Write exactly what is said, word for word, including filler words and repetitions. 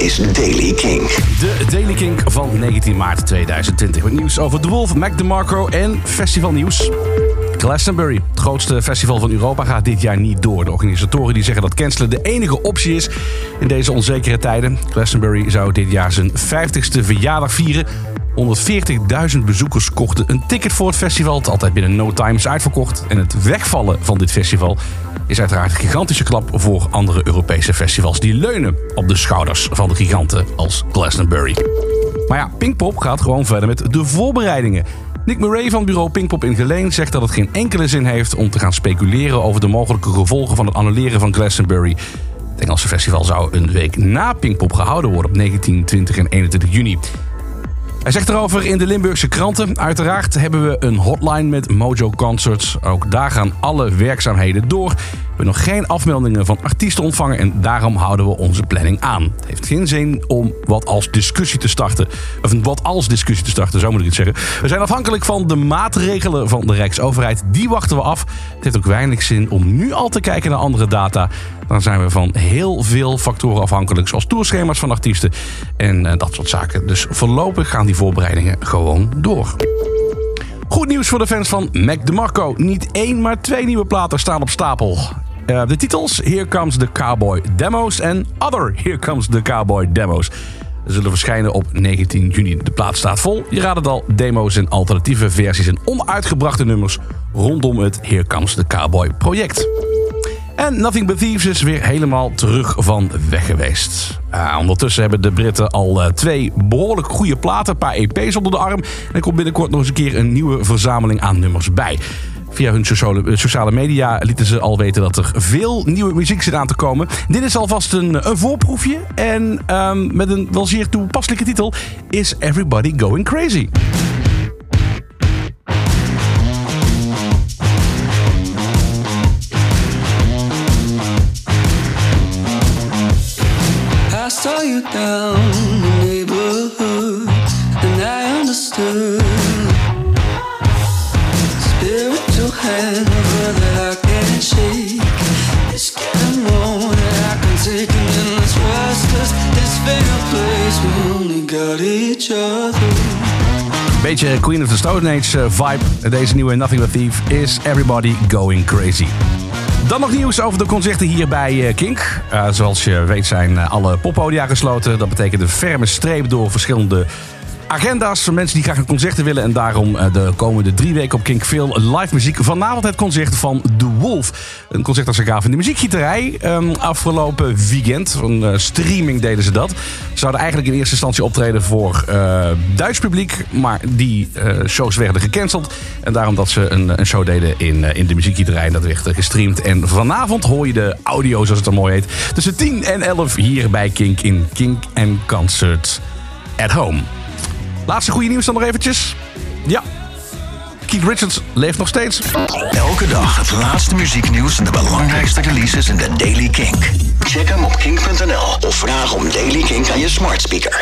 is Daily Kink. De Daily Kink van negentien maart tweeduizend twintig. Met nieuws over The Wolf, Mac DeMarco en festivalnieuws. Glastonbury, het grootste festival van Europa, gaat dit jaar niet door. De organisatoren die zeggen dat cancelen de enige optie is in deze onzekere tijden. Glastonbury zou dit jaar zijn vijftigste verjaardag vieren. honderdveertigduizend bezoekers kochten een ticket voor het festival. Het altijd binnen no time is uitverkocht. En het wegvallen van dit festival is uiteraard een gigantische klap voor andere Europese festivals. Die leunen op de schouders van de giganten als Glastonbury. Maar ja, Pinkpop gaat gewoon verder met de voorbereidingen. Nick Murray van bureau Pinkpop in Geleen zegt dat het geen enkele zin heeft om te gaan speculeren over de mogelijke gevolgen van het annuleren van Glastonbury. Het Engelse festival zou een week na Pinkpop gehouden worden op negentien, twintig en eenentwintig juni. Hij zegt erover in de Limburgse kranten: uiteraard hebben we een hotline met Mojo Concerts. Ook daar gaan alle werkzaamheden door. We hebben nog geen afmeldingen van artiesten ontvangen en daarom houden we onze planning aan. Het heeft geen zin om wat als discussie te starten. Of een wat als discussie te starten, zo moet ik het zeggen. We zijn afhankelijk van de maatregelen van de Rijksoverheid. Die wachten we af. Het heeft ook weinig zin om nu al te kijken naar andere data. Dan zijn we van heel veel factoren afhankelijk, zoals tourschema's van artiesten en uh, dat soort zaken. Dus voorlopig gaan die voorbereidingen gewoon door. Goed nieuws voor de fans van Mac DeMarco. Niet één, maar twee nieuwe platen staan op stapel. Uh, de titels Here Comes the Cowboy Demos en Other Here Comes the Cowboy Demos. Ze zullen verschijnen op negentien juni. De plaat staat vol. Je raadt het al, demo's en alternatieve versies en onuitgebrachte nummers rondom het Here Comes the Cowboy project. En Nothing But Thieves is weer helemaal terug van weg geweest. Uh, ondertussen hebben de Britten al uh, twee behoorlijk goede platen, een paar E P's onder de arm. En er komt binnenkort nog eens een keer een nieuwe verzameling aan nummers bij. Via hun sociale, sociale media lieten ze al weten dat er veel nieuwe muziek zit aan te komen. Dit is alvast een, een voorproefje. En um, met een wel zeer toepasselijke titel: Is Everybody Going Crazy? I saw you down the neighborhood, and I understood. Spiritual hangover that I can't shake. It's getting more than I can take, and in this restless, this fatal place, we only got each other. Beetje Queen of the Stone Age uh, vibe. Deze nieuwe Nothing But Thieves, Is Everybody Going Crazy. Dan nog nieuws over de concerten hier bij uh, Kink. Uh, zoals je weet zijn uh, alle poppodia gesloten. Dat betekent een ferme streep door verschillende agenda's van mensen die graag een concerten willen. En daarom uh, de komende drie weken op Kink veel live muziek. Vanavond het concert van The Wolf. Een concert dat ze gaven in de muziekgieterij. Um, afgelopen weekend. Van uh, streaming deden ze dat. Ze zouden eigenlijk in eerste instantie optreden voor uh, Duits publiek. Maar die uh, shows werden gecanceld. En daarom dat ze een, een show deden in, uh, in de muziekgieterij. En dat werd uh, gestreamd. En vanavond hoor je de audio, zoals het er mooi heet. Tussen tien en elf hier bij Kink in Kink and Concert at Home. Laatste goede nieuws dan nog eventjes. Ja, Keith Richards leeft nog steeds. Elke dag het laatste muzieknieuws en de belangrijkste releases in de Daily Kink. Check hem op kink punt n l of vraag om Daily Kink aan je smart speaker.